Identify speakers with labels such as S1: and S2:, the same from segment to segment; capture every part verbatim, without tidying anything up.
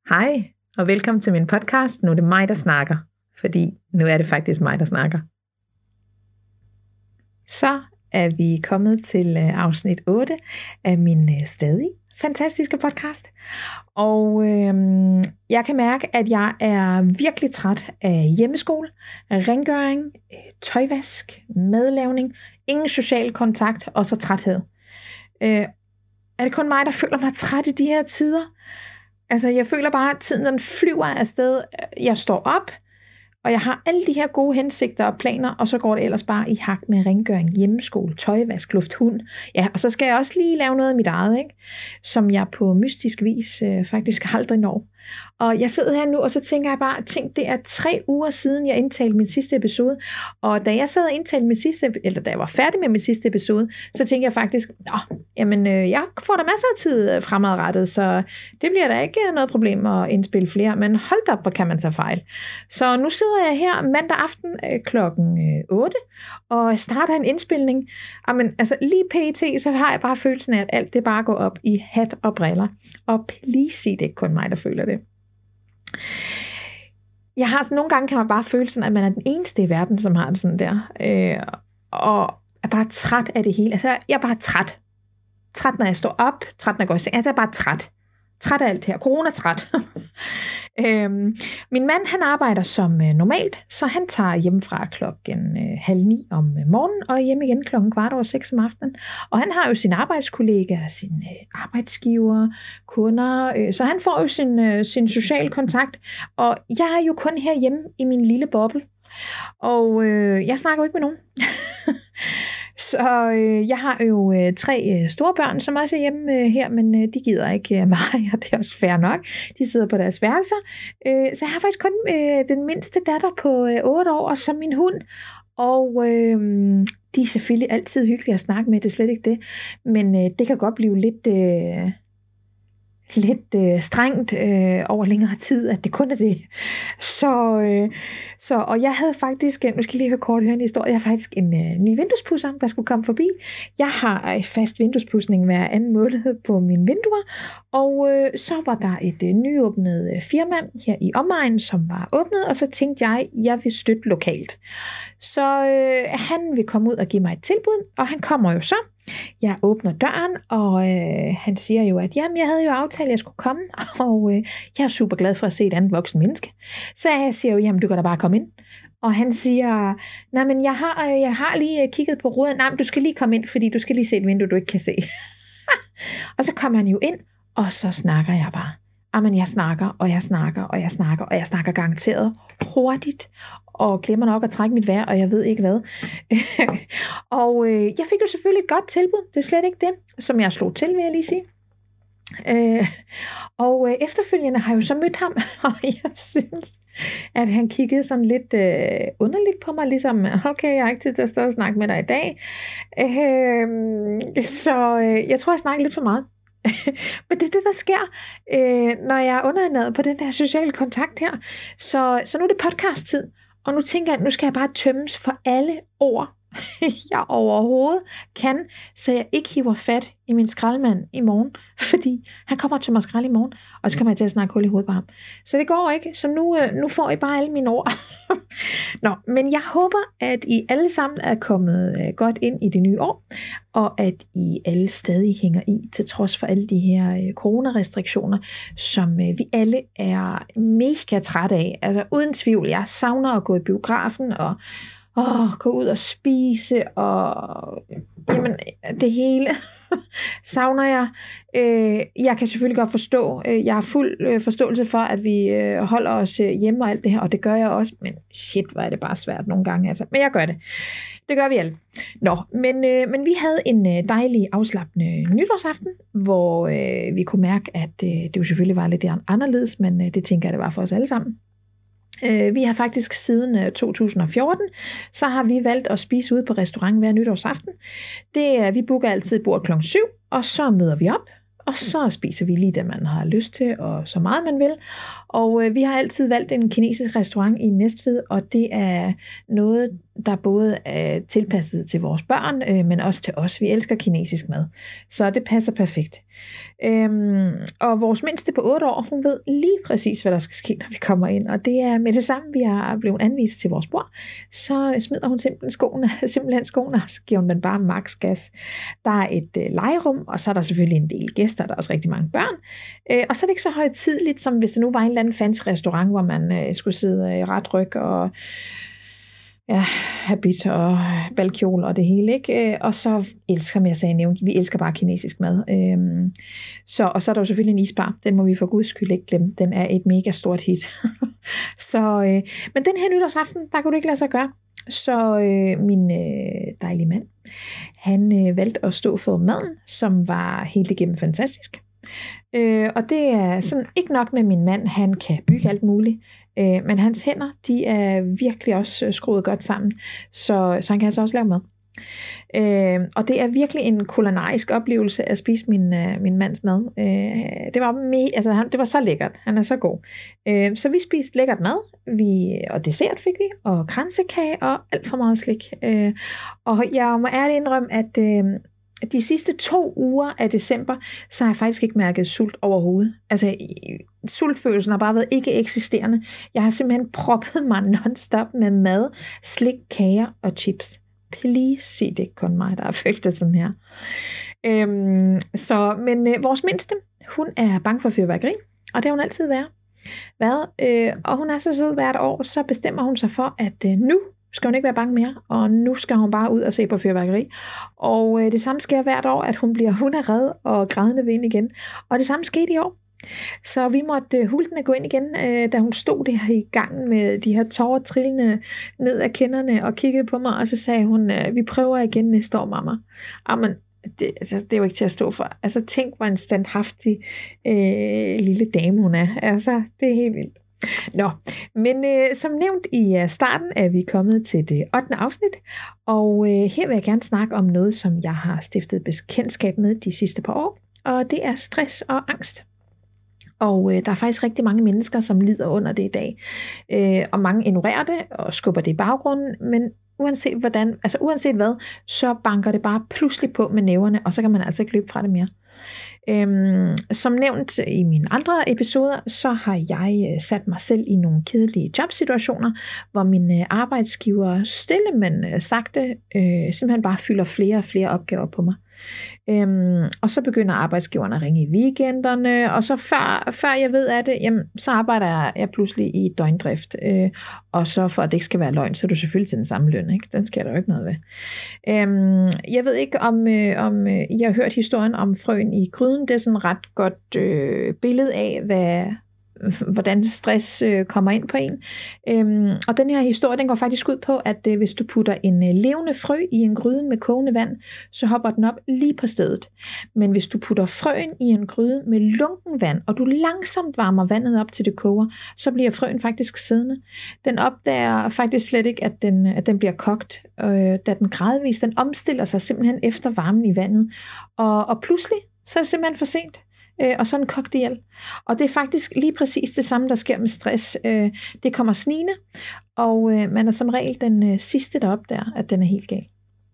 S1: Hej, og velkommen til min podcast. Nu er det mig, der snakker, fordi nu er det faktisk mig, der snakker. Så er vi kommet til afsnit otte af min stadig fantastiske podcast. Og øhm, jeg kan mærke, at jeg er virkelig træt af hjemmeskole, rengøring, tøjvask, madlavning, ingen social kontakt og så træthed. Øh, er det kun mig, der føler mig træt i de her tider? Altså, jeg føler bare, at tiden den flyver afsted. Jeg står op, og jeg har alle de her gode hensigter og planer, og så går det ellers bare i hak med rengøring, hjemmeskole, tøjvask, luft, hund. Ja, og så skal jeg også lige lave noget af mit eget, ikke? Som jeg på mystisk vis øh, faktisk aldrig når. Og jeg sidder her nu, og så tænker jeg bare, tænk, det er tre uger siden, jeg indtalte min sidste episode. Og da jeg sad og indtalte min sidste, eller da jeg var færdig med min sidste episode, så tænkte jeg faktisk, nå, jamen, øh, jeg får da masser af tid fremadrettet, så det bliver da ikke noget problem at indspille flere. Men hold da op, hvor kan man tage fejl. Så nu sidder jeg her mandag aften øh, klokken otte, og starter en indspilning. Jamen, altså lige pt, så har jeg bare følelsen af, at alt det bare går op i hat og briller. Og please sig, det er ikke kun mig, der føler det. Jeg har sådan, nogle gange kan man bare føle sådan, at man er den eneste i verden, som har det sådan der, øh, og er bare træt af det hele. Altså, jeg er bare træt. Træt, når jeg står op, træt, når jeg går i seng. Altså, jeg er bare træt. Træt af alt det her. Corona-træt. øhm, min mand, han arbejder som øh, normalt, så han tager hjemmefra klokken øh, halv ni om øh, morgenen, og hjem igen klokken kvart over seks om aftenen. Og han har jo sine arbejdskollegaer, sine øh, arbejdsgiver, kunder, øh, så han får jo sin, øh, sin social kontakt. Og jeg er jo kun herhjemme i min lille boble, og øh, jeg snakker jo ikke med nogen. Så øh, jeg har jo øh, tre øh, store børn, som også er hjemme øh, her, men øh, de gider ikke øh, mig, og det er også fair nok. De sidder på deres værelser. Øh, så jeg har faktisk kun øh, den mindste datter på øh, otte år, og så min hund. Og øh, de er selvfølgelig altid hyggelige at snakke med, det er slet ikke det. Men øh, det kan godt blive lidt... Øh, lidt øh, strengt øh, over længere tid, at det kun er det. Så, øh, så, og jeg havde faktisk, nu skal jeg lige høre kort høre en historie, jeg har faktisk en øh, ny vinduespudser, der skulle komme forbi. Jeg har øh, fast vinduespudsning hver anden måned på mine vinduer, og øh, så var der et øh, nyåbnet øh, firma her i omegnen, som var åbnet, og så tænkte jeg, jeg vil støtte lokalt. Så øh, han vil komme ud og give mig et tilbud, og han kommer jo så. Jeg åbner døren, og øh, han siger jo, at jamen, jeg havde jo aftalt, at jeg skulle komme, og øh, jeg er super glad for at se et andet voksen menneske. Så jeg siger jo, jamen du kan da bare komme ind. Og han siger, nej, men jeg har, øh, jeg har lige kigget på ruden. Nej, men du skal lige komme ind, fordi du skal lige se et vindue, du ikke kan se. Og så kommer han jo ind, og så snakker jeg bare. Jamen, jeg snakker, og jeg snakker, og jeg snakker, og jeg snakker garanteret hurtigt, og glemmer nok at trække mit vejr, og jeg ved ikke hvad. og øh, jeg fik jo selvfølgelig et godt tilbud, det er slet ikke det, som jeg slog til, vil jeg lige sige. Øh, og øh, efterfølgende har jeg jo så mødt ham, og jeg synes, at han kiggede sådan lidt øh, underligt på mig, ligesom, okay, jeg har ikke tid til at stå og snakke med dig i dag. Øh, så øh, jeg tror, jeg snakker lidt for meget. Men det er det, der sker, øh, når jeg er underernæret på den der sociale kontakt her. Så, så nu er det podcast-tid, og nu tænker jeg, at nu skal jeg bare tømmes for alle ord, jeg overhovedet kan, så jeg ikke hiver fat i min skraldemand i morgen, fordi han kommer til mig skrald i morgen, og så kommer jeg til at snakke hul i hovedet på ham. Så det går ikke, så nu, nu får I bare alle mine ord. Nå, men jeg håber, at I alle sammen er kommet godt ind i det nye år, og at I alle stadig hænger i, til trods for alle de her coronarestriktioner, som vi alle er mega trætte af. Altså uden tvivl, jeg savner at gå i biografen, og Åh, gå ud og spise, og jamen, det hele savner jeg. Øh, jeg kan selvfølgelig godt forstå, øh, jeg har fuld øh, forståelse for, at vi øh, holder os øh, hjemme og alt det her, og det gør jeg også, men shit, hvor er det bare svært nogle gange, altså. Men jeg gør det. Det gør vi alle. Nå, men, øh, men vi havde en øh, dejlig, afslappende nytårsaften, hvor øh, vi kunne mærke, at øh, det jo selvfølgelig var lidt anderledes, men øh, det tænker jeg, det var for os alle sammen. Vi har faktisk siden to tusind og fjorten, så har vi valgt at spise ude på restaurant hver nytårsaften. Det er, vi booker altid bord klokken syv, og så møder vi op, og så spiser vi lige det, man har lyst til, og så meget man vil. Og vi har altid valgt en kinesisk restaurant i Næstved, og det er noget, der er både øh, tilpasset til vores børn, øh, men også til os. Vi elsker kinesisk mad, så det passer perfekt. Øhm, og vores mindste på otte år, hun ved lige præcis, hvad der skal ske, når vi kommer ind. Og det er med det samme, vi har blevet anvist til vores bord. Så smider hun simpelthen skoene, simpelthen skoene, og så giver hun den bare max gas. Der er et øh, legerum, og så er der selvfølgelig en del gæster, der er også rigtig mange børn. Øh, og så er det ikke så højtideligt, som hvis det nu var en eller anden fancy restaurant, hvor man øh, skulle sidde i ret ryg og ja, habit og balkjole og det hele, ikke? Og så elsker, som jeg sagde nævnt, vi elsker bare kinesisk mad. Øhm, så, og så er der jo selvfølgelig en isbar. Den må vi for guds skyld ikke glemme. Den er et mega stort hit. så, øh, men den her nytårsaften, der kunne det ikke lade sig gøre. Så øh, min øh, dejlige mand, han øh, valgte at stå for maden, som var helt igennem fantastisk. Øh, og det er sådan ikke nok med min mand, han kan bygge alt muligt, øh, men hans hænder, de er virkelig også skruet godt sammen, så, så han kan altså også lave mad. Øh, og det er virkelig en kulinarisk oplevelse at spise min, øh, min mands mad. Øh, det, var me- altså, han, det var så lækkert, han er så god. Øh, så vi spiste lækkert mad, vi, og dessert fik vi, og kransekage og alt for meget slik. Øh, og jeg må ærligt indrømme, at øh, de sidste to uger af december, så har jeg faktisk ikke mærket sult overhovedet. Altså, sultfølelsen har bare været ikke eksisterende. Jeg har simpelthen proppet mig non-stop med mad, slik, kager og chips. Please sig det ikke kun mig, der har følt det sådan her. Øhm, så, men øh, vores mindste, hun er bange for fyrværkeri, og det har hun altid været. været øh, og hun er så sød hvert år, så bestemmer hun sig for, at øh, nu skal hun ikke være bange mere, og nu skal hun bare ud og se på fyrværkeri. Og øh, det samme sker hvert år, at hun bliver hunderedd og grædende ved ind igen. Og det samme skete i år. Så vi måtte øh, hultende gå ind igen, øh, da hun stod der i gangen med de her tårer trillende ned ad kinderne og kiggede på mig, og så sagde hun, øh, vi prøver igen næste år, mamma. Amen, det, altså, det er jo ikke til at stå for. Altså tænk, hvor en standhaftig øh, lille dame hun er. Altså, det er helt vildt. Nå, men øh, som nævnt i uh, starten er vi kommet til det ottende afsnit, og øh, her vil jeg gerne snakke om noget, som jeg har stiftet bekendtskab med de sidste par år, og det er stress og angst. Og øh, der er faktisk rigtig mange mennesker, som lider under det i dag, øh, og mange ignorerer det og skubber det i baggrunden, men uanset hvordan, altså uanset hvad, så banker det bare pludselig på med næverne, og så kan man altså ikke løbe fra det mere. Øhm, som nævnt i mine andre episoder, så har jeg øh, sat mig selv i nogle kedelige jobsituationer, hvor mine øh, arbejdsgiver stille, men øh, sagte, øh, simpelthen bare fylder flere og flere opgaver på mig. Øhm, og så begynder arbejdsgiveren at ringe i weekenderne, og så før, før jeg ved af det, jamen, så arbejder jeg, jeg pludselig i døgndrift. Øh, og så for at det ikke skal være løgn, så er du selvfølgelig til den samme løn, ikke? Den skal der jo ikke noget ved. Øhm, jeg ved ikke, om, øh, om øh, I har hørt historien om frøen i gryden. Det er sådan et ret godt øh, billede af, hvad hvordan stress øh, kommer ind på en. Øhm, og den her historie, den går faktisk ud på, at øh, hvis du putter en øh, levende frø i en gryde med kogende vand, så hopper den op lige på stedet. Men hvis du putter frøen i en gryde med lunken vand, og du langsomt varmer vandet op til det koger, så bliver frøen faktisk siddende. Den opdager faktisk slet ikke, at den, at den bliver kogt, øh, da den gradvist, den omstiller sig simpelthen efter varmen i vandet. Og, og pludselig, så er det simpelthen for sent. Og så en kogt ihjel. Og det er faktisk lige præcis det samme, der sker med stress. Det kommer snigende, og man er som regel den sidste, der opdager, at den er helt gal.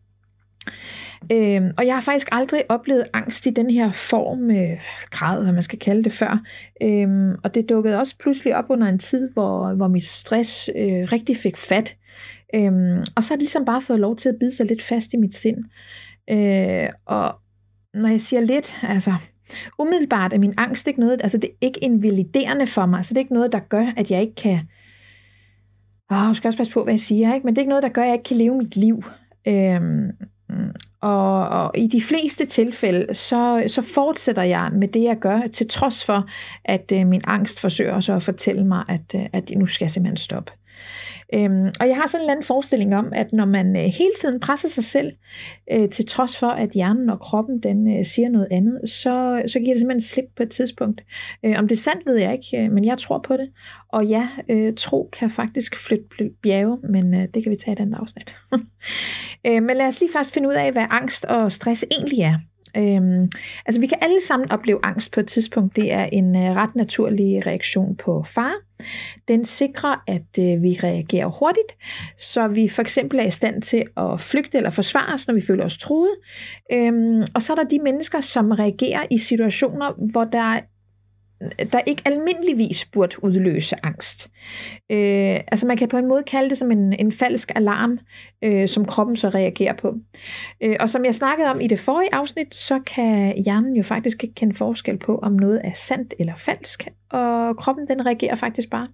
S1: Og jeg har faktisk aldrig oplevet angst i den her form, grad, hvad man skal kalde det, før. Og det dukkede også pludselig op under en tid, hvor, hvor mit stress rigtig fik fat. Og så har det ligesom bare fået lov til at bide sig lidt fast i mit sind. Og når jeg siger lidt, altså umiddelbart er min angst ikke noget, altså det er ikke invaliderende for mig, altså det er ikke noget, der gør, at jeg ikke kan, åh, jeg skal også passe på, hvad jeg siger, ikke? Men det er ikke noget, der gør, at jeg ikke kan leve mit liv. Øhm, og, og i de fleste tilfælde, så, så fortsætter jeg med det, jeg gør, til trods for, at øh, min angst forsøger så at fortælle mig, at, øh, at nu skal jeg simpelthen stoppe. Øhm, og jeg har sådan en eller anden forestilling om, at når man øh, hele tiden presser sig selv, øh, til trods for, at hjernen og kroppen den øh, siger noget andet, så, så giver det simpelthen slip på et tidspunkt. Øh, om det er sandt, ved jeg ikke, øh, men jeg tror på det. Og ja, øh, tro kan faktisk flytte bjerge, men øh, det kan vi tage i et andet afsnit. øh, men lad os lige først finde ud af, hvad angst og stress egentlig er. Øhm, altså vi kan alle sammen opleve angst på et tidspunkt. Det er en øh, ret naturlig reaktion på fare. Den sikrer, at øh, vi reagerer hurtigt, så vi for eksempel er i stand til at flygte eller forsvare os, når vi føler os truet. Øhm, og så er der de mennesker, som reagerer i situationer, hvor der der ikke almindeligvis burde udløse angst. Øh, altså man kan på en måde kalde det som en, en falsk alarm, øh, som kroppen så reagerer på. Øh, og som jeg snakkede om i det forrige afsnit, så kan hjernen jo faktisk ikke kende forskel på, om noget er sandt eller falsk, og kroppen den reagerer faktisk bare.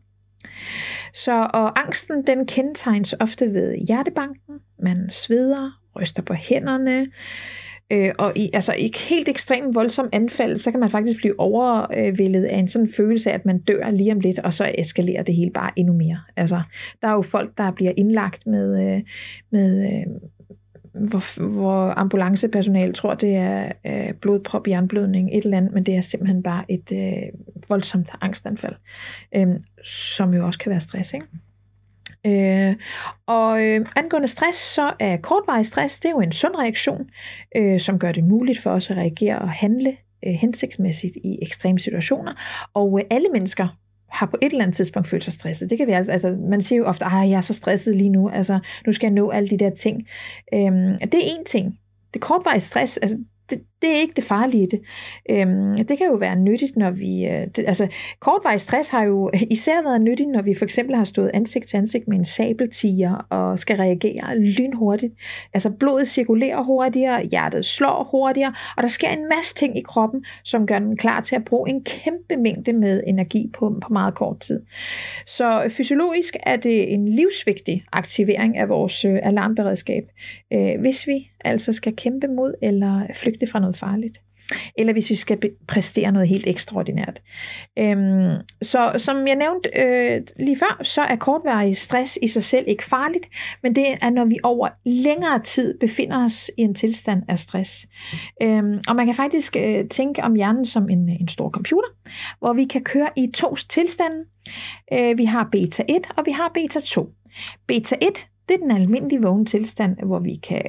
S1: Så og angsten den kendetegnes ofte ved hjertebanken, man sveder, ryster på hænderne, Øh, og i, altså i helt ekstremt voldsom anfald, så kan man faktisk blive overvældet af en sådan følelse af, at man dør lige om lidt, og så eskalerer det hele bare endnu mere. Altså, der er jo folk, der bliver indlagt med, øh, med øh, hvor, hvor ambulancepersonale tror, det er øh, blodprop, jernblødning, et eller andet, men det er simpelthen bare et øh, voldsomt angstanfald, øh, som jo også kan være stress, ikke? Øh, og øh, angående stress, så er kortvarig stress, det er jo en sund reaktion, øh, som gør det muligt for os at reagere og handle øh, hensigtsmæssigt i ekstreme situationer, og øh, alle mennesker har på et eller andet tidspunkt følt sig stresset. Det kan være, altså, altså man siger jo ofte, at jeg er så stresset lige nu, altså nu skal jeg nå alle de der ting. Øh, det er én ting. Det kortvarige stress, altså Det, det er ikke det farlige i det. Øhm, det kan jo være nyttigt, når vi... Øh, det, altså, kortvarig stress har jo især været nyttigt, når vi for eksempel har stået ansigt til ansigt med en sabeltiger og skal reagere lynhurtigt. Altså, blodet cirkulerer hurtigere, hjertet slår hurtigere, og der sker en masse ting i kroppen, som gør den klar til at bruge en kæmpe mængde med energi på, på meget kort tid. Så fysiologisk er det en livsvigtig aktivering af vores øh, alarmberedskab, øh, hvis vi altså skal kæmpe mod eller flygte fra noget farligt, eller hvis vi skal præstere noget helt ekstraordinært. Øhm, så som jeg nævnte øh, lige før, så er kortvarig stress i sig selv ikke farligt, men det er, når vi over længere tid befinder os i en tilstand af stress. Øhm, og man kan faktisk øh, tænke om hjernen som en, en stor computer, hvor vi kan køre i to tilstande. Øh, vi har beta et, og vi har beta to. beta et, det er den almindelige vågne tilstand, hvor vi kan,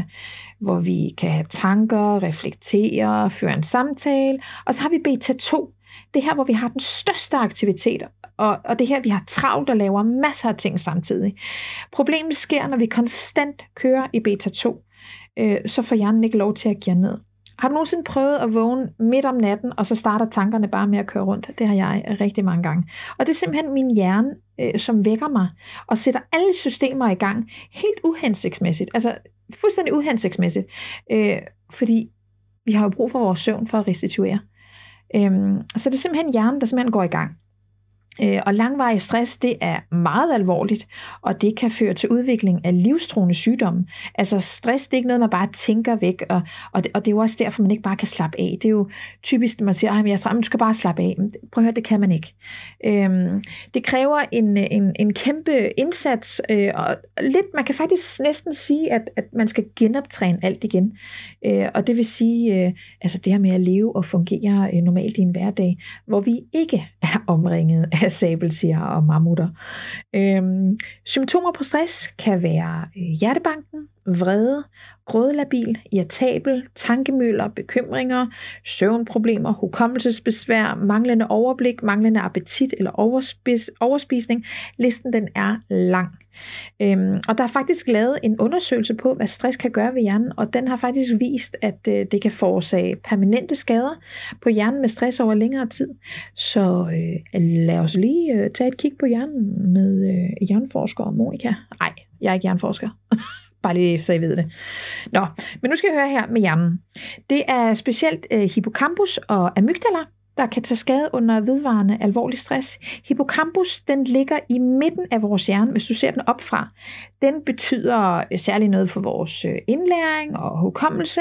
S1: hvor vi kan have tanker, reflektere, føre en samtale. Og så har vi beta to. Det er her, hvor vi har den største aktivitet, og, og det her, vi har travlt og laver masser af ting samtidig. Problemet sker, når vi konstant kører i beta to, øh, så får hjernen ikke lov til at geare ned. Har du nogensinde prøvet at vågne midt om natten, og så starter tankerne bare med at køre rundt? Det har jeg rigtig mange gange. Og det er simpelthen min hjerne, øh, som vækker mig, og sætter alle systemer i gang, helt uhensigtsmæssigt. Altså fuldstændig uhensigtsmæssigt. Øh, fordi vi har jo brug for vores søvn for at restituere. Øh, så det er simpelthen hjernen, der simpelthen går i gang. Og langvarig stress, det er meget alvorligt, og det kan føre til udvikling af livstruende sygdomme. Altså stress, det er ikke noget, man bare tænker væk, og, og, det, og det er jo også derfor, man ikke bare kan slappe af. Det er jo typisk, når man siger, at jeg er stram, du skal bare slappe af. Prøv at høre, det kan man ikke. Øhm, det kræver en, en, en kæmpe indsats, øh, og lidt, man kan faktisk næsten sige, at, at man skal genoptræne alt igen. Øh, og det vil sige, øh, altså det her med at leve og fungere øh, normalt i en hverdag, hvor vi ikke er omringet af sabeltiger og mammutter. Øhm, symptomer på stress kan være øh, hjertebanken, vrede, grådlabil, irritabel, tankemøller, bekymringer, søvnproblemer, hukommelsesbesvær, manglende overblik, manglende appetit eller overspis, overspisning. Listen den er lang. Øhm, og der er faktisk lavet en undersøgelse på, hvad stress kan gøre ved hjernen, og den har faktisk vist, at øh, det kan forårsage permanente skader på hjernen med stress over længere tid. Så øh, lad os lige øh, tage et kig på hjernen med øh, hjerneforsker Monika. Nej, jeg er ikke hjerneforsker. Bare lige så I ved det. Nå, men nu skal jeg høre her med hjernen. Det er specielt øh, hippocampus og amygdala, der kan tage skade under vedvarende alvorlig stress. Hippocampus, den ligger i midten af vores hjerne, hvis du ser den opfra. Den betyder særligt noget for vores indlæring og hukommelse.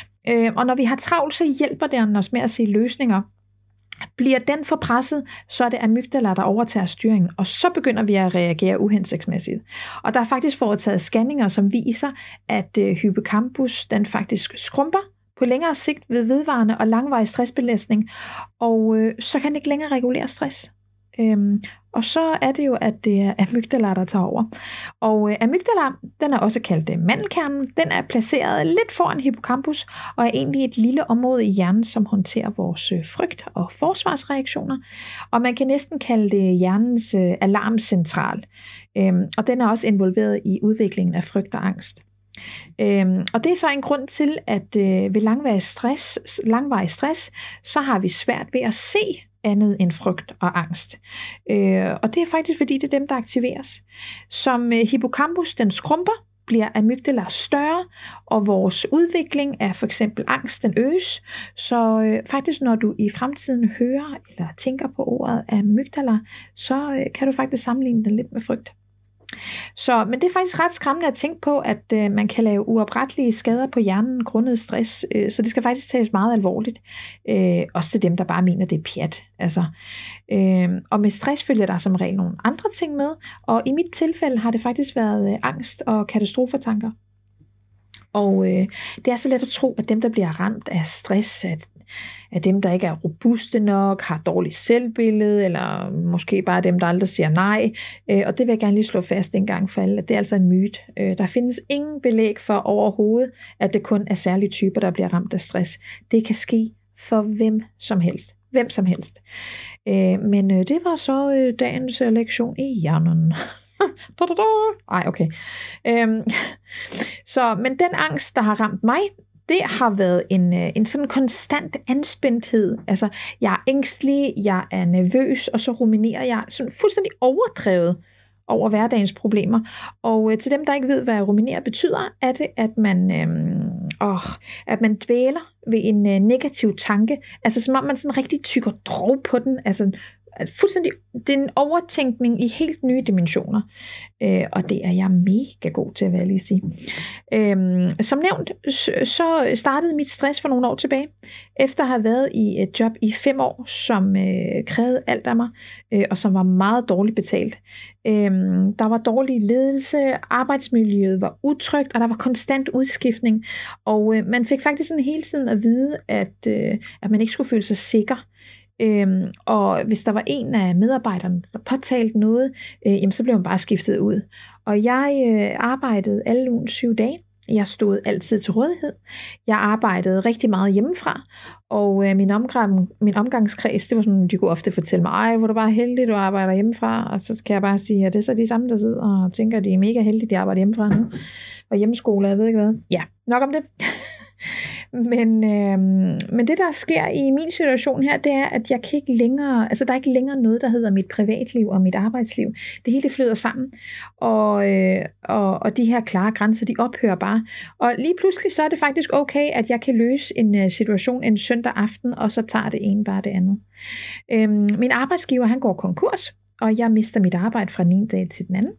S1: Og når vi har travlt, så hjælper den os med at se løsninger. Bliver den for presset, så er det amygdala, der overtager styringen, og så begynder vi at reagere uhensigtsmæssigt. Og der er faktisk foretaget scanninger, som viser, at hippocampus, den faktisk skrumper på længere sigt ved vedvarende og langvarig stressbelastning, og øh, så kan den ikke længere regulere stress. Øhm, og så er det jo, at det er amygdala, der tager over. Og øh, amygdala, den er også kaldt øh, mandelkernen. Den er placeret lidt foran hippocampus, og er egentlig et lille område i hjernen, som håndterer vores øh, frygt og forsvarsreaktioner. Og man kan næsten kalde det hjernens øh, alarmcentral. Øhm, og den er også involveret i udviklingen af frygt og angst. Øhm, og det er så en grund til, at øh, ved langvarig stress, langvarig stress, så har vi svært ved at se andet end frygt og angst. Øh, og det er faktisk, fordi det er dem, der aktiveres. Som øh, hippocampus, den skrumper, bliver amygdala større, og vores udvikling af for eksempel angst, den øges. Så øh, faktisk, når du i fremtiden hører eller tænker på ordet amygdala, så øh, kan du faktisk sammenligne den lidt med frygt. Så, men det er faktisk ret skræmmende at tænke på, at øh, man kan lave uoprettelige skader på hjernen grundet stress, øh, så det skal faktisk tages meget alvorligt. Øh, også til dem, der bare mener, det er pjat. Altså, øh, og med stress følger der som regel nogle andre ting med, og i mit tilfælde har det faktisk været øh, angst og katastrofetanker. Og øh, det er så let at tro, at dem, der bliver ramt af stress, at af dem, der ikke er robuste nok, har dårligt selvbillede, eller måske bare dem, der aldrig siger nej. Og det vil jeg gerne lige slå fast en gang for alle, at det er altså en myte. Der findes ingen belæg for overhovedet, at det kun er særlige typer, der bliver ramt af stress. Det kan ske for hvem som helst. Hvem som helst. Men det var så dagens lektion i hjernen. Ej, okay. Så, men den angst, der har ramt mig, det har været en, en sådan konstant anspændthed. Altså, jeg er ængstelig, jeg er nervøs, og så ruminerer jeg sådan fuldstændig overdrevet over hverdagens problemer. Og øh, til dem, der ikke ved, hvad ruminere betyder, er det, at man, øh, åh, at man dvæler ved en øh, negativ tanke. Altså, som om man sådan rigtig tykker drog på den. Altså, fuldstændig, det er en overtænkning i helt nye dimensioner, øh, og det er jeg mega god til, vil jeg lige sige. Øhm, som nævnt, så startede mit stress for nogle år tilbage, efter at have været i et job i fem år, som øh, krævede alt af mig, øh, og som var meget dårligt betalt. Øhm, der var dårlig ledelse, arbejdsmiljøet var utrygt, og der var konstant udskiftning, og øh, man fik faktisk sådan hele tiden at vide, at, øh, at man ikke skulle føle sig sikker. Øhm, og hvis der var en af medarbejderne, der påtalte noget, øh, jamen, så blev man bare skiftet ud. Og jeg øh, arbejdede alle ugen syv dage. Jeg stod altid til rådighed. Jeg arbejdede rigtig meget hjemmefra, og øh, min, omgang, min omgangskreds, det var sådan, de kunne ofte fortælle mig, ej, hvor du bare heldig, du arbejder hjemmefra, og så kan jeg bare sige, at det er så de samme, der sidder og tænker, at de er mega heldige, de arbejder hjemmefra nu, og hjemmeskole, jeg ved ikke hvad. Ja, nok om det. Men, øh, men det, der sker i min situation her, det er, at jeg kan ikke længere, altså der er ikke længere noget, der hedder mit privatliv og mit arbejdsliv. Det hele det flyder sammen, og, øh, og, og de her klare grænser, de ophører bare. Og lige pludselig, så er det faktisk okay, at jeg kan løse en uh, situation en søndag aften, og så tager det ene bare det andet. Øh, min arbejdsgiver, han går konkurs, og jeg mister mit arbejde fra den ene dag til den anden.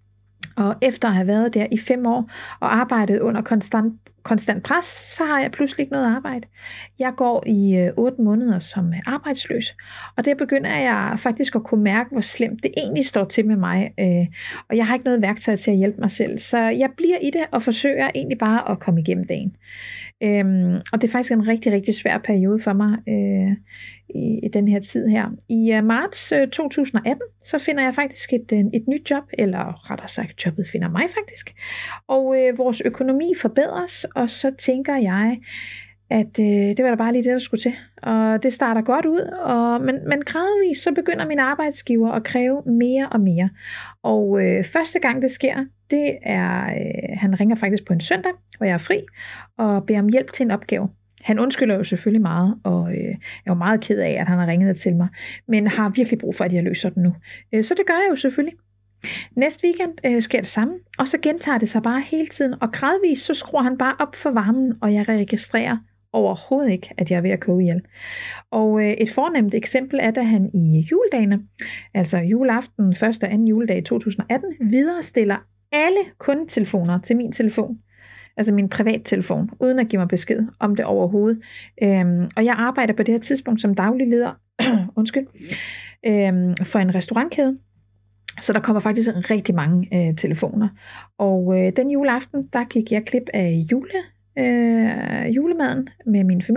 S1: Og efter at have været der i fem år og arbejdet under konstant, konstant pres, så har jeg pludselig ikke noget arbejde. Jeg går i øh, otte måneder som arbejdsløs, og der begynder jeg faktisk at kunne mærke, hvor slemt det egentlig står til med mig. Øh, og jeg har ikke noget værktøj til at hjælpe mig selv, så jeg bliver i det og forsøger egentlig bare at komme igennem dagen. Øhm, og det er faktisk en rigtig, rigtig svær periode for mig øh, i, i den her tid her. I uh, marts øh, to tusind og atten, så finder jeg faktisk et, et nyt job, eller rettere sagt, jobbet finder mig faktisk. Og øh, vores økonomi forbedres, og så tænker jeg, at øh, det var da bare lige det, der skulle til. Og det starter godt ud, og, men, men gradvist så begynder min arbejdsgiver at kræve mere og mere. Og øh, første gang det sker, det er, øh, han ringer faktisk på en søndag, hvor jeg er fri, og beder om hjælp til en opgave. Han undskylder jo selvfølgelig meget, og øh, er jo meget ked af, at han har ringet til mig, men har virkelig brug for, at jeg løser den nu. Øh, så det gør jeg jo selvfølgelig. Næste weekend øh, sker det samme, og så gentager det sig bare hele tiden, og gradvist så skruer han bare op for varmen, og jeg registrerer overhovedet ikke, at jeg er ved at koge ihjel. Og øh, et fornemt eksempel er, da han i juledagene, altså juleaften, første og anden juledag i to tusind og atten, viderestiller alle kundetelefoner til min telefon, altså min privattelefon, uden at give mig besked om det overhovedet. Øhm, og jeg arbejder på det her tidspunkt som daglig leder undskyld, øhm, for en restaurantkæde. Så der kommer faktisk rigtig mange øh, telefoner. Og øh, den juleaften, der gik jeg klip af jule, øh, julemaden med min familie.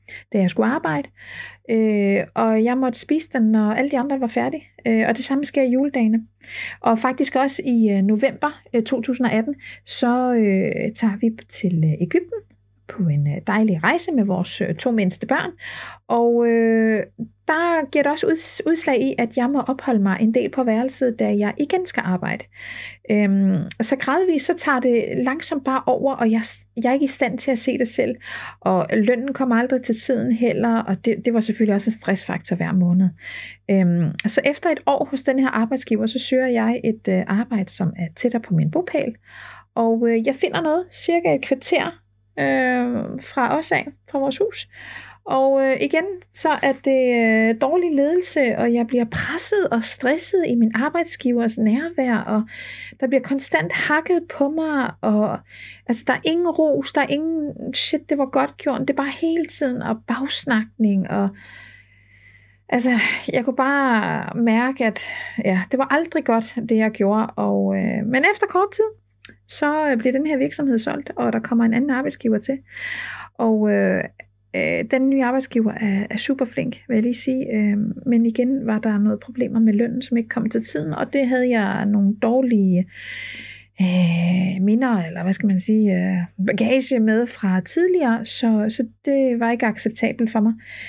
S1: da jeg skulle arbejde. Øh, og jeg måtte spise den, når alle de andre var færdige. Øh, og det samme sker i juledagene. Og faktisk også i øh, november øh, to tusind og atten, så øh, tager vi til øh, Egypten på en øh, dejlig rejse med vores øh, to mindste børn. Og øh, der giver det også ud, udslag i, at jeg må opholde mig en del på værelset, da jeg igen skal arbejde. Øhm, så gradvist så tager det langsomt bare over, og jeg, jeg er ikke i stand til at se det selv. Og lønnen kommer aldrig til tiden heller, og det, det var selvfølgelig også en stressfaktor hver måned. Øhm, så efter et år hos den her arbejdsgiver, så søger jeg et øh, arbejde, som er tættere på min bopæl. Og øh, jeg finder noget, cirka et kvarter øh, fra os af, fra vores hus. Og øh, igen, så er det øh, dårlig ledelse, og jeg bliver presset og stresset i min arbejdsgivers nærvær, og der bliver konstant hakket på mig, og altså, der er ingen ros, der er ingen shit, det var godt gjort, det er bare hele tiden, og bagsnakning, og altså, jeg kunne bare mærke, at ja, det var aldrig godt, det jeg gjorde, og, øh, men efter kort tid, så bliver den her virksomhed solgt, og der kommer en anden arbejdsgiver til, og øh, den nye arbejdsgiver er, er super flink, vil jeg lige sige. Øh, men igen var der noget problemer med lønnen, som ikke kom til tiden, og det havde jeg nogle dårlige øh, minder, eller hvad skal man sige, øh, bagage med fra tidligere, så, så det var ikke acceptabelt for mig.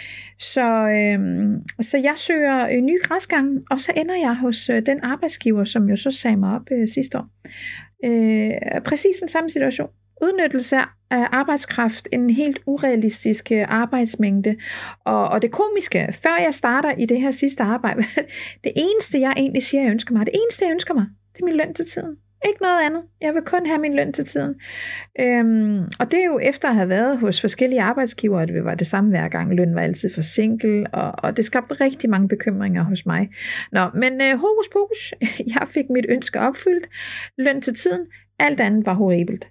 S1: Så, øh, så jeg søger en ny græsgang, og så ender jeg hos øh, den arbejdsgiver, som jo så sagde mig op øh, sidste år. Øh, præcis den samme situation. Udnyttelse af arbejdskraft, en helt urealistisk arbejdsmængde, og, og det komiske, før jeg starter i det her sidste arbejde, det eneste jeg egentlig siger, jeg ønsker mig, det eneste jeg ønsker mig, det er min løn til tiden. Ikke noget andet. Jeg vil kun have min løn til tiden. Øhm, og det er jo efter at have været hos forskellige arbejdsgivere, at det var det samme hver gang. Løn var altid forsinket, og, og det skabte rigtig mange bekymringer hos mig. Nå, men øh, hokus pokus, jeg fik mit ønske opfyldt. Løn til tiden. Alt andet var horribelt.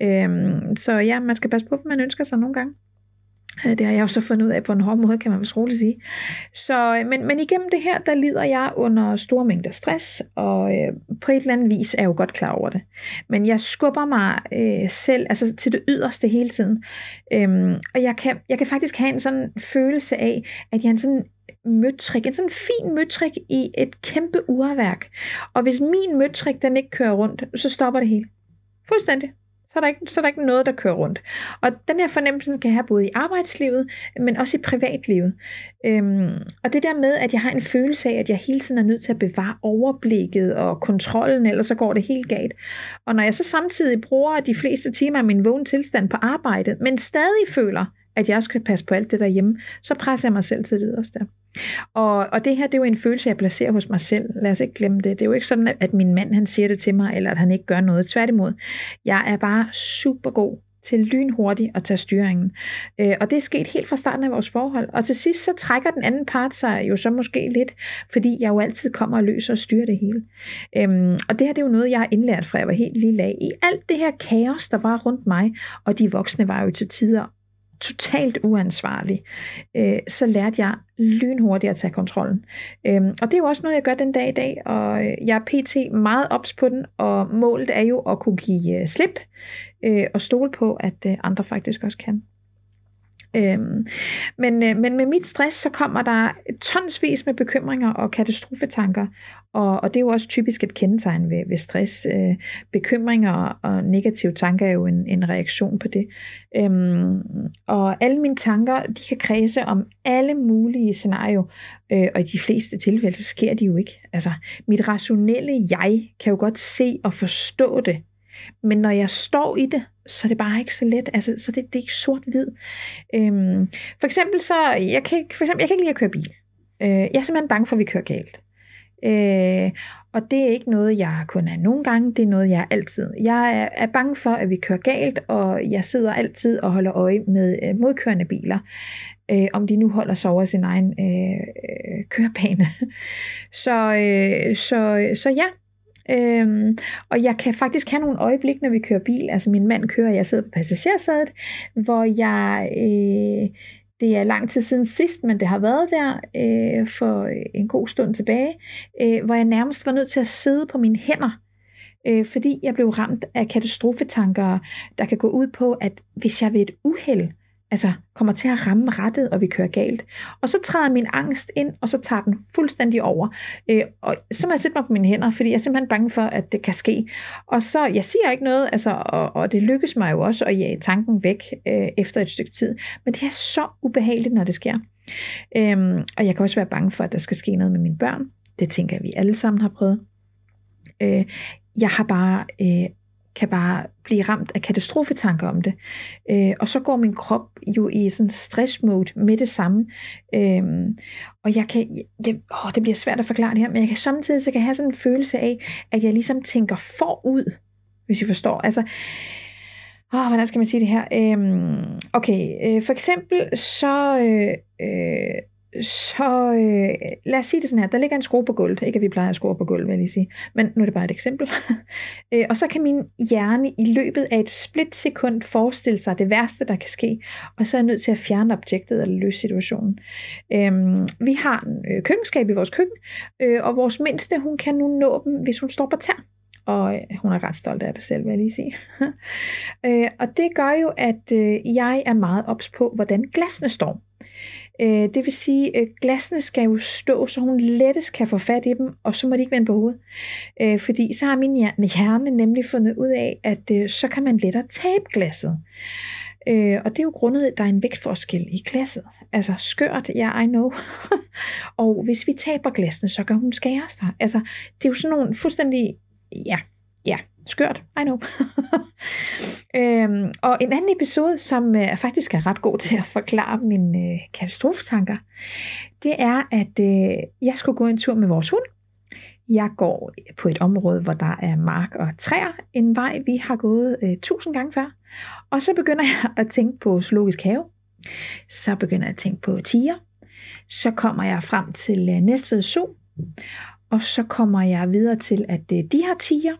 S1: Øhm, så ja, man skal passe på, hvad man ønsker sig nogle gange. Det har jeg jo så fundet ud af på en hård måde, kan man vist roligt sige. Så, men, men igennem det her, der lider jeg under store mængder stress, og øh, på et eller andet vis er jeg jo godt klar over det. Men jeg skubber mig øh, selv altså til det yderste hele tiden. Øhm, og jeg kan, jeg kan faktisk have en sådan følelse af, at jeg er en sådan møtrik, en sådan fin møtrik i et kæmpe urværk. Og hvis min møtrik, den ikke kører rundt, så stopper det hele. Fuldstændig. Så er, der ikke, så er der ikke noget, der kører rundt. Og den her fornemmelse skal jeg have både i arbejdslivet, men også i privatlivet. Øhm, og det der med, at jeg har en følelse af, at jeg hele tiden er nødt til at bevare overblikket og kontrollen, ellers så går det helt galt. Og når jeg så samtidig bruger de fleste timer af min vågne tilstand på arbejdet, men stadig føler, at jeg også skal passe på alt det derhjemme, så presser jeg mig selv til det yderste. Og, og det her, det er jo en følelse, jeg placerer hos mig selv. Lad os ikke glemme det. Det er jo ikke sådan, at min mand, han siger det til mig, eller at han ikke gør noget. Tværtimod. Jeg er bare super god til lynhurtigt at tage styringen. Øh, og det er sket helt fra starten af vores forhold. Og til sidst, så trækker den anden part sig jo så måske lidt, fordi jeg jo altid kommer og løser og styrer det hele. Øhm, og det her, det er jo noget, jeg har indlært fra, jeg var helt lille af. I alt det her kaos, der var rundt mig, og de voksne var jo til tider totalt uansvarlig, øh, så lærte jeg lynhurtigt at tage kontrollen. Øhm, og det er jo også noget, jeg gør den dag i dag, og jeg er pt. Meget ops på den, og målet er jo at kunne give slip, øh, og stole på, at øh, andre faktisk også kan. Øhm, men, øh, men med mit stress, så kommer der tonsvis med bekymringer og katastrofetanker, og, og det er jo også typisk et kendetegn ved, ved stress. Øh, bekymringer og negative tanker er jo en, en reaktion på det. Øhm, og alle mine tanker, de kan kredse om alle mulige scenarier, øh, og i de fleste tilfælde, så sker de jo ikke. Altså, mit rationelle jeg kan jo godt se og forstå det, men når jeg står i det, så er det bare ikke så let. Altså, så det, det er ikke sort-hvid. Øhm, for eksempel så, jeg kan, ikke, for eksempel, jeg kan ikke lide at køre bil. Øh, jeg er simpelthen bange for, at vi kører galt. Øh, og det er ikke noget, jeg kun er nogle gange, det er noget, jeg er altid. Jeg er, er bange for, at vi kører galt, og jeg sidder altid og holder øje med øh, modkørende biler. Øh, om de nu holder sig over sin egen øh, kørebane. så, øh, så, så ja. Øhm, og jeg kan faktisk have nogle øjeblikke, når vi kører bil. Altså min mand kører, og jeg sidder på passagersædet, hvor jeg, øh, det er lang tid siden sidst, men det har været der øh, for en god stund tilbage, øh, hvor jeg nærmest var nødt til at sidde på mine hænder, øh, fordi jeg blev ramt af katastrofetanker, der kan gå ud på, at hvis jeg ved et uheld altså kommer til at ramme rettet, og vi kører galt. Og så træder min angst ind, og så tager den fuldstændig over. Øh, og så må jeg sætte mig på mine hænder, fordi jeg er simpelthen bange for, at det kan ske. Og så, jeg siger ikke noget, altså, og, og det lykkes mig jo også at jage tanken væk øh, efter et stykke tid. Men det er så ubehageligt, når det sker. Øhm, og jeg kan også være bange for, at der skal ske noget med mine børn. Det tænker jeg, vi alle sammen har prøvet. Øh, jeg har bare... Øh, kan bare blive ramt af katastrofetanker om det. Øh, og så går min krop jo i sådan stressmode med det samme. Øh, og jeg kan, jeg, åh, det bliver svært at forklare det her, men jeg kan samtidig så kan jeg have sådan en følelse af, at jeg ligesom tænker forud, hvis I forstår. Altså, åh, hvordan skal man sige det her? Øh, okay, øh, for eksempel så... Øh, øh, Så øh, lad os sige det sådan her, der ligger en skrue på gulvet, ikke at vi plejer at skrue på gulvet, vil jeg lige sige, men nu er det bare et eksempel. øh, og så kan min hjerne i løbet af et splitsekund forestille sig det værste, der kan ske, og så er jeg nødt til at fjerne objektet eller løse situationen. Øh, vi har en øh, køkkenskab i vores køkken, øh, og vores mindste, hun kan nu nå dem, hvis hun står på tær. Og øh, hun er ret stolt af det selv, vil jeg lige sige. øh, og det gør jo, at øh, jeg er meget ops på, hvordan glasene står. Det vil sige, at glasene skal jo stå, så hun lettest kan få fat i dem, og så må de ikke vende på hovedet. Fordi så har min hjerne nemlig fundet ud af, at så kan man lettere tabe glasset. Og det er jo grundet, at der er en vægtforskel i glasset. Altså skørt, ja, yeah, I know. Og hvis vi taber glasene, så kan hun skære sig. Altså, det er jo sådan nogle fuldstændig, ja, ja, skørt, I know. øhm, og en anden episode, som øh, faktisk er ret god til at forklare mine øh, katastrofetanker, det er, at øh, jeg skulle gå en tur med vores hund. Jeg går på et område, hvor der er mark og træer, en vej, vi har gået øh, tusind gange før. Og så begynder jeg at tænke på zoologisk have. Så begynder jeg at tænke på tiger. Så kommer jeg frem til øh, Næstved Zoo. Og så kommer jeg videre til, at øh, de har tiger.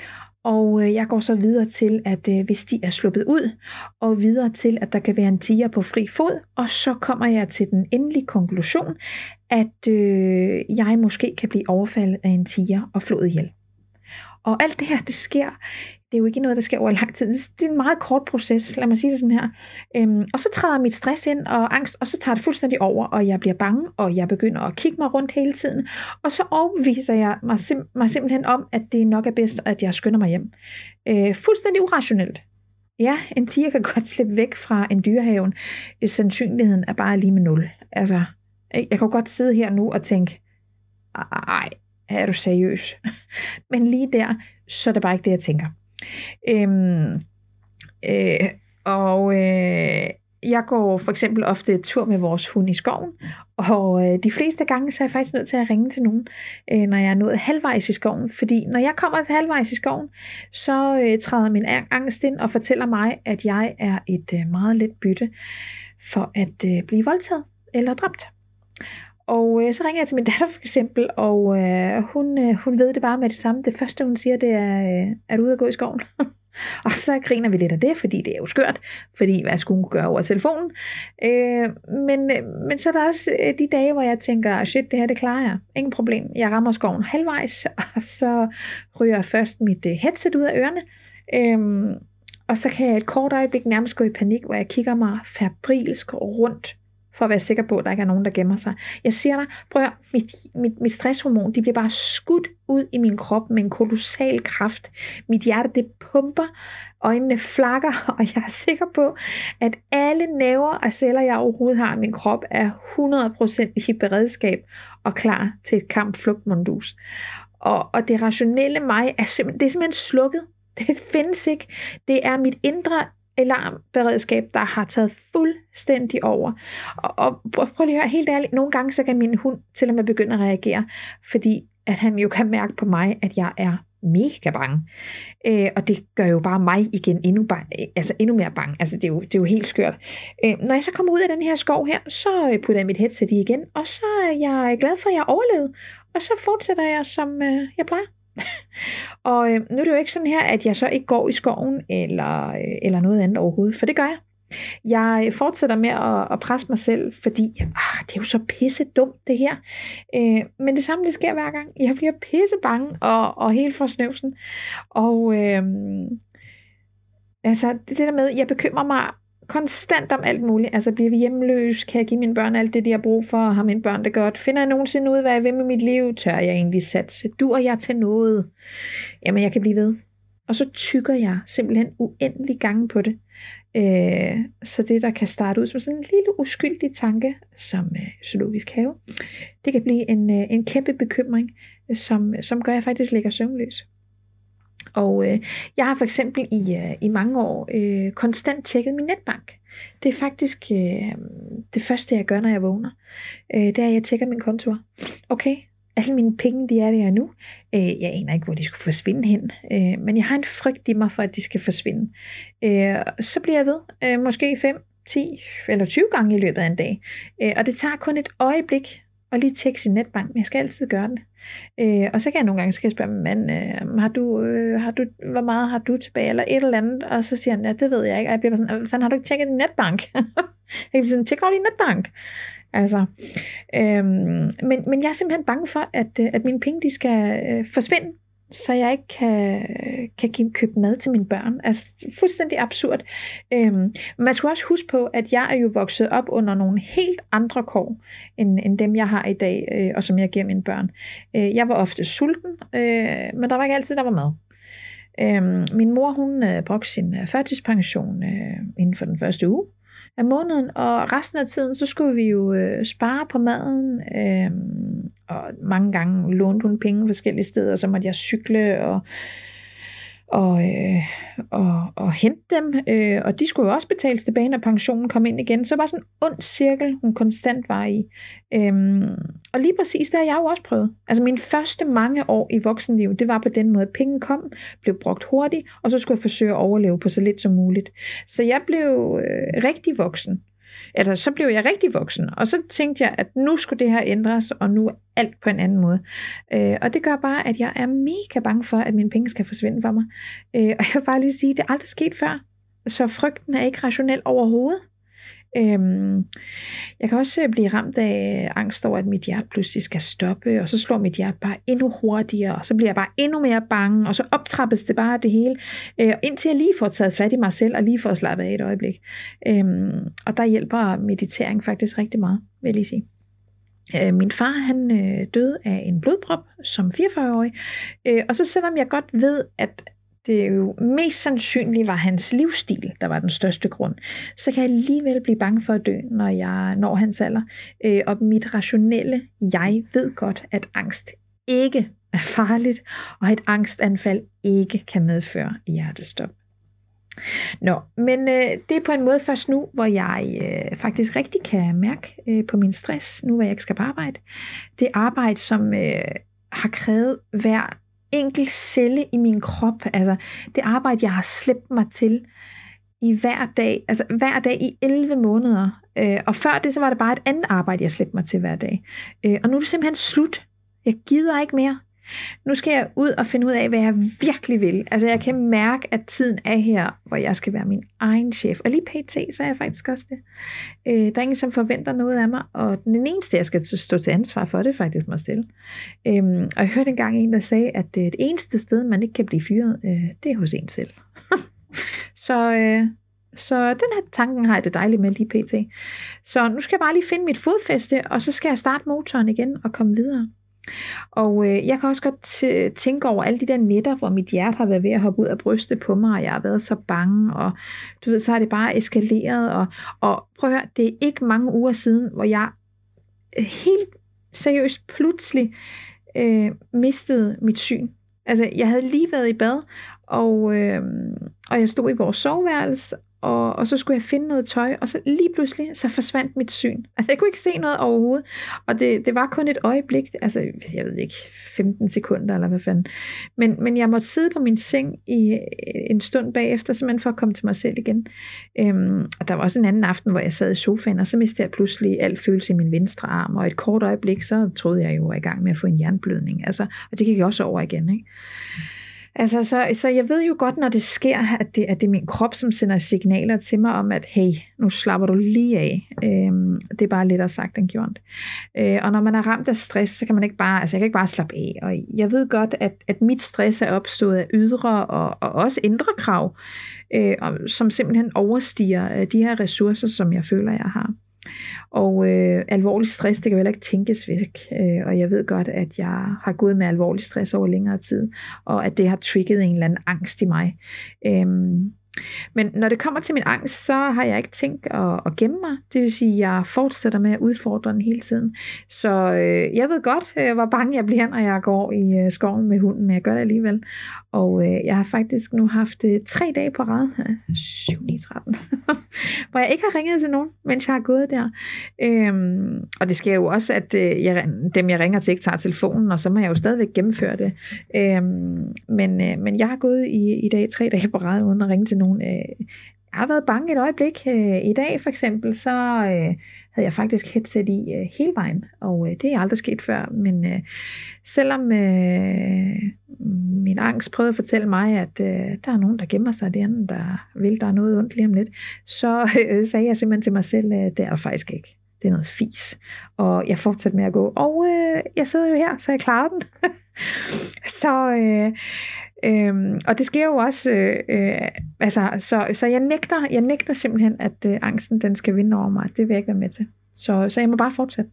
S1: Og jeg går så videre til, at øh, hvis de er sluppet ud, og videre til, at der kan være en tiger på fri fod, og så kommer jeg til den endelige konklusion, at øh, jeg måske kan blive overfaldet af en tiger og flået ihjel. Og alt det her, det sker, det er jo ikke noget, der sker over lang tid. Det er en meget kort proces, lad mig sige det sådan her. Øhm, og så træder mit stress ind og angst, og så tager det fuldstændig over, og jeg bliver bange, og jeg begynder at kigge mig rundt hele tiden. Og så overbeviser jeg mig, sim- mig simpelthen om, at det nok er bedst, at jeg skynder mig hjem. Øh, fuldstændig urationelt. Ja, en tiger kan godt slippe væk fra en dyrehaven. Sandsynligheden er bare lige med nul. Altså, jeg kan godt sidde her nu og tænke, ej, er du seriøs? Men lige der, så er det bare ikke det, jeg tænker. Øhm, øh, og øh, jeg går for eksempel ofte tur med vores hund i skoven, og øh, de fleste gange, så er jeg faktisk nødt til at ringe til nogen, øh, når jeg er nået halvvejs i skoven. Fordi når jeg kommer til halvvejs i skoven, så øh, træder min angst ind og fortæller mig, at jeg er et øh, meget let bytte for at øh, blive voldtaget eller dræbt. Og øh, så ringer jeg til min datter for eksempel, og øh, hun, øh, hun ved det bare med det samme. Det første hun siger, det er, øh, er du ude at gå i skoven? Og så griner vi lidt af det, fordi det er jo skørt, fordi hvad skulle hun gøre over telefonen? Øh, men, øh, men så er der også øh, de dage, hvor jeg tænker, shit, det her, det klarer jeg. Ingen problem. Jeg rammer skoven halvvejs, og så ryger jeg først mit øh, headset ud af ørerne. Øh, og så kan jeg et kort øjeblik nærmest gå i panik, hvor jeg kigger mig febrilsk rundt, for at være sikker på, at der ikke er nogen, der gemmer sig. Jeg siger dig, prøv at høre, mit, mit, mit stresshormon, de bliver bare skudt ud i min krop med en kolossal kraft. Mit hjerte, det pumper, øjnene flakker, og jeg er sikker på, at alle nerver og celler, jeg overhovedet har i min krop, er hundrede procent i beredskab og klar til et kamp-flugtmondus. Og, og det rationelle mig, er simpelthen, det er simpelthen slukket. Det findes ikke. Det er mit indre alarmberedskab, der har taget fuldstændig over. Og, og prøv lige at høre, helt ærligt, nogle gange så kan min hund til og med begynde at reagere, fordi at han jo kan mærke på mig, at jeg er mega bange. Øh, og det gør jo bare mig igen endnu, bange, altså endnu mere bange. Altså det er jo, det er jo helt skørt. Øh, når jeg så kommer ud af den her skov her, så putter jeg mit headset i igen, og så er jeg glad for, at jeg overlevede. Og så fortsætter jeg, som øh, jeg plejer. Og øh, nu er det jo ikke sådan her, at jeg så ikke går i skoven eller, øh, eller noget andet overhovedet, for det gør jeg. Jeg fortsætter med at, at presse mig selv, fordi ah, det er jo så pisse dumt det her. Øh, men det samme det sker hver gang. Jeg bliver pisse bange og, og helt for snøvsen. Og øh, altså det, det der med, jeg bekymrer mig konstant om alt muligt. Altså, bliver vi hjemløs? Kan jeg give mine børn alt det, de har brug for? Har mine børn det godt? Finder jeg nogensinde ud, hvad jeg vil med mit liv? Tør jeg egentlig satse? Dur jeg til noget? Jamen, jeg kan blive ved. Og så tykker jeg simpelthen uendelig gange på det. Øh, så det, der kan starte ud som sådan en lille uskyldig tanke, som øh, zoologisk have, det kan blive en, øh, en kæmpe bekymring, som, som gør, at jeg faktisk ligger søvnløs. Og øh, jeg har for eksempel i, øh, i mange år øh, konstant tjekket min netbank. Det er faktisk øh, det første, jeg gør, når jeg vågner. Øh, det er, at jeg tjekker min konto. Okay, alle mine penge, de er der nu. Øh, jeg aner ikke, hvor de skulle forsvinde hen. Øh, men jeg har en frygt i mig for, at de skal forsvinde. Øh, så bliver jeg ved. Øh, måske fem, ti eller tyve gange i løbet af en dag. Øh, og det tager kun et øjeblik at lige tjekke sin netbank. Men jeg skal altid gøre det. Øh, og så kan jeg nogle gange skal jeg spørge, men, øh, har du, øh, har du, hvor meget har du tilbage, eller et eller andet, og så siger han, ja, det ved jeg ikke, og jeg bliver bare sådan, hvad fanden, har du ikke tjekket din netbank? jeg bliver sådan, tjek dog din netbank. Altså, øh, men, men jeg er simpelthen bange for, at, at mine penge, de skal øh, forsvinde, så jeg ikke kan, kan give, købe mad til mine børn. Altså, fuldstændig absurd. Øhm, man skal også huske på, at jeg er jo vokset op under nogle helt andre kår, end, end dem jeg har i dag, øh, og som jeg giver mine børn. Øh, jeg var ofte sulten, øh, men der var ikke altid, der var mad. Øh, min mor, hun øh, brugte sin førtidspension øh, inden for den første uge af måneden, og resten af tiden, så skulle vi jo øh, spare på maden, øh, og mange gange lånte hun penge forskellige steder, og så måtte jeg cykle og, og, øh, og, og hente dem, øh, og de skulle jo også betales tilbage, når pensionen kom ind igen, så var sådan en ond cirkel, hun konstant var i. Øhm, og lige præcis, det har jeg jo også prøvet. Altså mine første mange år i voksenlivet, det var på den måde, penge kom, blev brugt hurtigt, og så skulle jeg forsøge at overleve på så lidt som muligt. Så jeg blev øh, rigtig voksen. Altså, så blev jeg rigtig voksen, og så tænkte jeg, at nu skulle det her ændres, og nu er alt på en anden måde. Øh, og det gør bare, at jeg er mega bange for, at mine penge skal forsvinde for mig. Øh, og jeg vil bare lige sige, at det er aldrig sket før. Så frygten er ikke rationel overhovedet. Øhm, jeg kan også blive ramt af angst over, at mit hjerte pludselig skal stoppe, og så slår mit hjerte bare endnu hurtigere, og så bliver jeg bare endnu mere bange, og så optrappes det bare det hele, øh, indtil jeg lige får taget fat i mig selv, og lige får slappet af et øjeblik. Øhm, og der hjælper meditering faktisk rigtig meget, vil jeg lige sige. Øh, min far, han øh, døde af en blodprop som fireogfyrre-årig, øh, og så selvom jeg godt ved, at det jo mest sandsynligt var hans livsstil, der var den største grund, så kan jeg alligevel blive bange for at dø, når jeg når hans alder. Øh, og mit rationelle jeg ved godt, at angst ikke er farligt, og et angstanfald ikke kan medføre hjertestop. Nå, men øh, det er på en måde først nu, hvor jeg øh, faktisk rigtig kan mærke øh, på min stress, nu hvor jeg ikke skal på arbejde. Det arbejde, som øh, har krævet hver enkelt celle i min krop, altså det arbejde, jeg har slæbt mig til i hver dag, altså hver dag i elleve måneder, øh, og før det, så var det bare et andet arbejde, jeg slæbte mig til hver dag, øh, og nu er det simpelthen slut. Jeg gider ikke mere. Nu skal jeg ud og finde ud af, hvad jeg virkelig vil. Altså jeg kan mærke, at tiden er her, hvor jeg skal være min egen chef. Og lige pt, så er jeg faktisk også det. Øh, der er ingen, som forventer noget af mig, og den eneste, jeg skal stå til ansvar for, det er faktisk mig selv. Øh, og jeg hørte engang en, der sagde, at det eneste sted, man ikke kan blive fyret, øh, det er hos en selv. så... Øh, Så den her tanken har jeg det dejligt med lige pt. Så nu skal jeg bare lige finde mit fodfæste, og så skal jeg starte motoren igen og komme videre. Og øh, jeg kan også godt t- tænke over alle de der nætter, hvor mit hjerte har været ved at hoppe ud af brystet på mig, og jeg har været så bange, og du ved, så har det bare eskaleret. Og, og prøv at høre, det er ikke mange uger siden, hvor jeg helt seriøst pludselig øh, mistede mit syn. Altså, jeg havde lige været i bad, og, øh, og jeg stod i vores soveværelse, Og, og så skulle jeg finde noget tøj, og så lige pludselig, så forsvandt mit syn. Altså, jeg kunne ikke se noget overhovedet, og det, det var kun et øjeblik, altså, jeg ved ikke, femten sekunder, eller hvad fanden. Men, men jeg måtte sidde på min seng i en stund bagefter, simpelthen for at komme til mig selv igen. Øhm, og der var også en anden aften, hvor jeg sad i sofaen, og så mistede jeg pludselig al følelse i min venstre arm, og et kort øjeblik, så troede jeg jo, at jeg var i gang med at få en hjerneblødning. Altså, og det gik også over igen, ikke? Altså, så, så jeg ved jo godt, når det sker, at det, at det er min krop, som sender signaler til mig om, at hey, nu slapper du lige af. Øhm, det er bare lettere sagt end gjort. Øh, og når man er ramt af stress, så kan man ikke bare, altså jeg kan ikke bare slappe af. Og jeg ved godt, at, at mit stress er opstået af ydre og, og også indre krav, øh, som simpelthen overstiger øh, de her ressourcer, som jeg føler, jeg har. Og øh, alvorlig stress, det kan jo heller ikke tænkes væk, øh, og jeg ved godt, at jeg har gået med alvorlig stress over længere tid, og at det har trigget en eller anden angst i mig. Øhm, Men når det kommer til min angst, så har jeg ikke tænkt at, at gemme mig. Det vil sige, at jeg fortsætter med at udfordre den hele tiden. Så øh, jeg ved godt, øh, hvor bange jeg bliver, når jeg går i øh, skoven med hunden, men jeg gør det alligevel. Og øh, jeg har faktisk nu haft øh, tre dage på rad, syv ni tretten, hvor jeg ikke har ringet til nogen, mens jeg har gået der. Øhm, og det sker jo også, at øh, jeg, dem jeg ringer til ikke tager telefonen, og så må jeg jo stadigvæk gennemføre det. Øhm, men, øh, men jeg har gået i, i dag tre dage på rad, uden at ringe til nogen. Jeg har været bange et øjeblik. I dag for eksempel, så havde jeg faktisk headset i hele vejen, og det er aldrig sket før, men selvom min angst prøvede at fortælle mig, at der er nogen, der gemmer sig derinde, der vil, der er noget ondt lige om lidt, så sagde jeg simpelthen til mig selv, at det er der faktisk ikke. Det er noget fis. Og jeg fortsatte med at gå, og øh, jeg sidder jo her, så jeg klarer den. så... Øh, Øhm, og det sker jo også, øh, øh, altså, så, så jeg nægter, jeg nægter simpelthen, at øh, angsten den skal vinde over mig. Det vil jeg ikke være med til. Så, så jeg må bare fortsætte.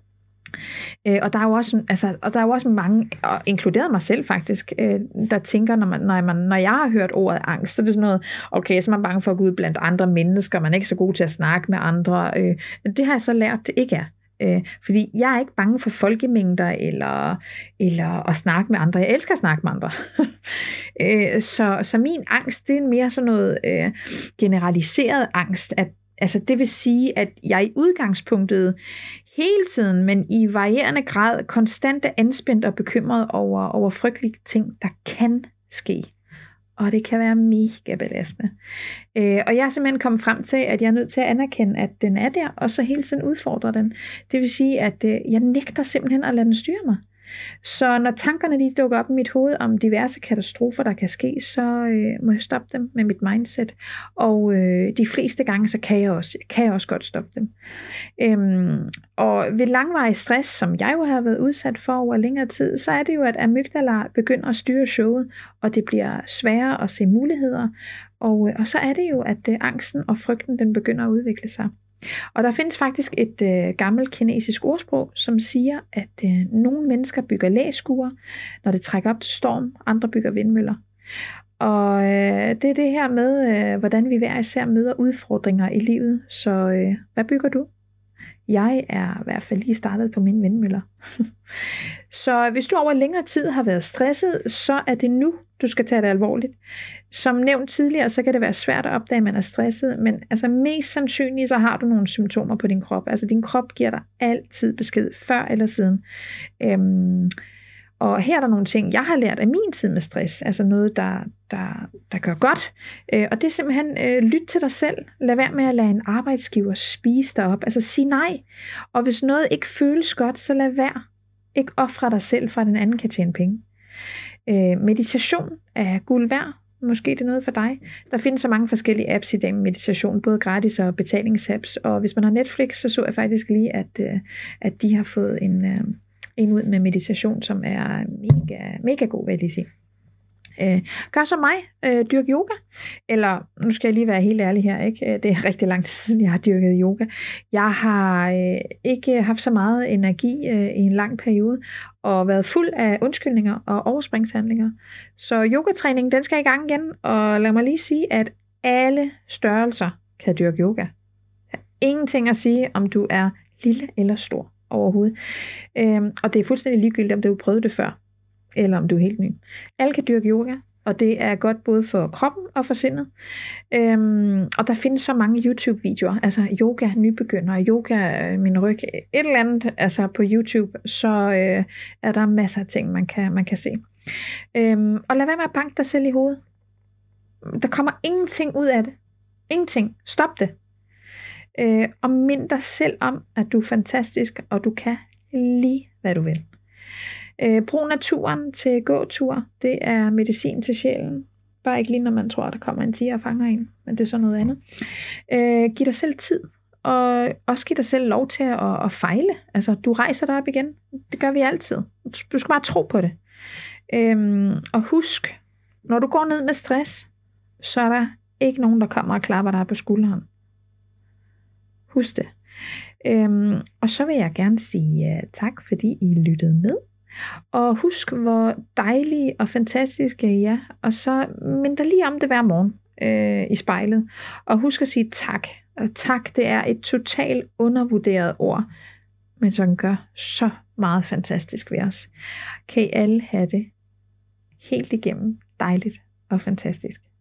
S1: Øh, og der er jo også, altså, og der er jo også mange, og inkluderet mig selv faktisk, øh, der tænker, når, man, når, man, når jeg har hørt ordet angst, så er det sådan noget, okay, så er man bange for at gå ud blandt andre mennesker, man er ikke så god til at snakke med andre. Øh, det har jeg så lært, det ikke er. Øh, fordi jeg er ikke bange for folkemængder eller, eller at snakke med andre. Jeg elsker at snakke med andre. øh, så, så min angst, det er mere sådan noget øh, generaliseret angst. At, altså det vil sige, at jeg i udgangspunktet hele tiden, men i varierende grad, konstant er anspændt og bekymret over, over frygtelige ting, der kan ske. Og det kan være mega belastende. Øh, og jeg er simpelthen kommet frem til, at jeg er nødt til at anerkende, at den er der, og så hele tiden udfordre den. Det vil sige, at øh, jeg nægter simpelthen at lade den styre mig. Så når tankerne de dukker op i mit hoved om diverse katastrofer, der kan ske, så øh, må jeg stoppe dem med mit mindset. Og øh, de fleste gange, så kan jeg også, kan jeg også godt stoppe dem. Øhm, og ved langvarig stress, som jeg jo har været udsat for over længere tid, så er det jo, at amygdala begynder at styre showet, og det bliver sværere at se muligheder. Og, øh, og så er det jo, at øh, angsten og frygten, den begynder at udvikle sig. Og der findes faktisk et øh, gammelt kinesisk ordsprog, som siger, at øh, nogle mennesker bygger læskure, når det trækker op til storm, andre bygger vindmøller. Og øh, det er det her med, øh, hvordan vi hver især møder udfordringer i livet. Så øh, hvad bygger du? Jeg er i hvert fald lige startet på mine vindmøller. Så hvis du over længere tid har været stresset, så er det nu, du skal tage det alvorligt. Som nævnt tidligere, så kan det være svært at opdage, at man er stresset, men altså mest sandsynligt, så har du nogle symptomer på din krop. Altså din krop giver dig altid besked, før eller siden. Øhm, og her er der nogle ting, jeg har lært af min tid med stress, altså noget, der, der, der gør godt. Øh, og det er simpelthen, øh, lyt til dig selv. Lad være med at lade en arbejdsgiver spise dig op. Altså sig nej. Og hvis noget ikke føles godt, så lad være. Ikke ofre dig selv, for at den anden kan tjene penge. Øh, meditation er guld værd. Måske det er noget for dig. Der findes så mange forskellige apps i dag med meditation, både gratis og betalingsapps. Og hvis man har Netflix, så så jeg faktisk lige, at, øh, at de har fået en... Øh, en ud med meditation, som er mega, mega god, vil jeg lige sige. Øh, gør som mig, øh, dyrk yoga, eller nu skal jeg lige være helt ærlig her, ikke? Det er rigtig lang tid siden, jeg har dyrket yoga. Jeg har øh, ikke haft så meget energi øh, i en lang periode, og været fuld af undskyldninger og overspringshandlinger. Så yogatræningen, den skal i gang igen, og lad mig lige sige, at alle størrelser kan dyrke yoga. Der er ingenting at sige, om du er lille eller stor overhovedet. Øhm, og det er fuldstændig ligegyldigt, om du har prøvet det før, eller om du er helt ny. Alle kan dyrke yoga, og det er godt både for kroppen og for sindet. Øhm, og der findes så mange YouTube-videoer, altså yoga nybegynder, yoga min ryg, et eller andet, altså på YouTube, så øh, er der masser af ting, man kan, man kan se. Øhm, og lad være med at banke dig selv i hovedet. Der kommer ingenting ud af det. Ingenting. Stop det. Øh, og mind dig selv om, at du er fantastisk, og du kan lige, hvad du vil. Øh, brug naturen til gåtur. Det er medicin til sjælen. Bare ikke lige, når man tror, at der kommer en tiger og fanger en. Men det er så noget andet. Øh, giv dig selv tid. Og også giv dig selv lov til at, at fejle. Altså, du rejser dig op igen. Det gør vi altid. Du skal bare tro på det. Øhm, og husk, når du går ned med stress, så er der ikke nogen, der kommer og klapper dig på skulderen. Husk det. Øhm, og så vil jeg gerne sige uh, tak, fordi I lyttede med. Og husk, hvor dejlige og fantastiske I er. Og så mind dig lige om det hver morgen øh, i spejlet. Og husk at sige tak. Og tak, det er et totalt undervurderet ord, men som gør så meget fantastisk ved os. Kan I alle have det helt igennem dejligt og fantastisk.